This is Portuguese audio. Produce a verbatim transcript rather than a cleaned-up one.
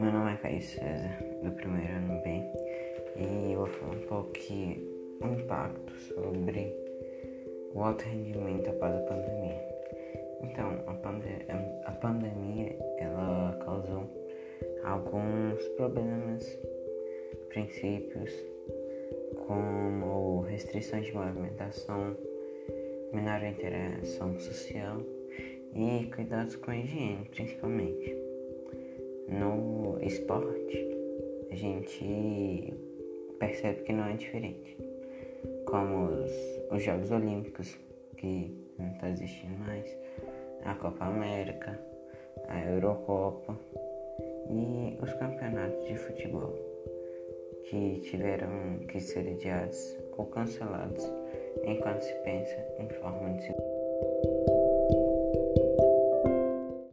Meu nome é Caio César, do primeiro ano B, e eu vou falar um pouco que o impacto sobre o alto rendimento após a pandemia. Então, a, pande- a pandemia, ela causou alguns problemas, princípios, como restrições de movimentação, menor interação social e cuidados com a higiene, principalmente. No esporte, a gente percebe que não é diferente, como os, os Jogos Olímpicos, que não está existindo mais, a Copa América, a Eurocopa e os campeonatos de futebol, que tiveram que ser adiados ou cancelados enquanto se pensa em forma de segurança.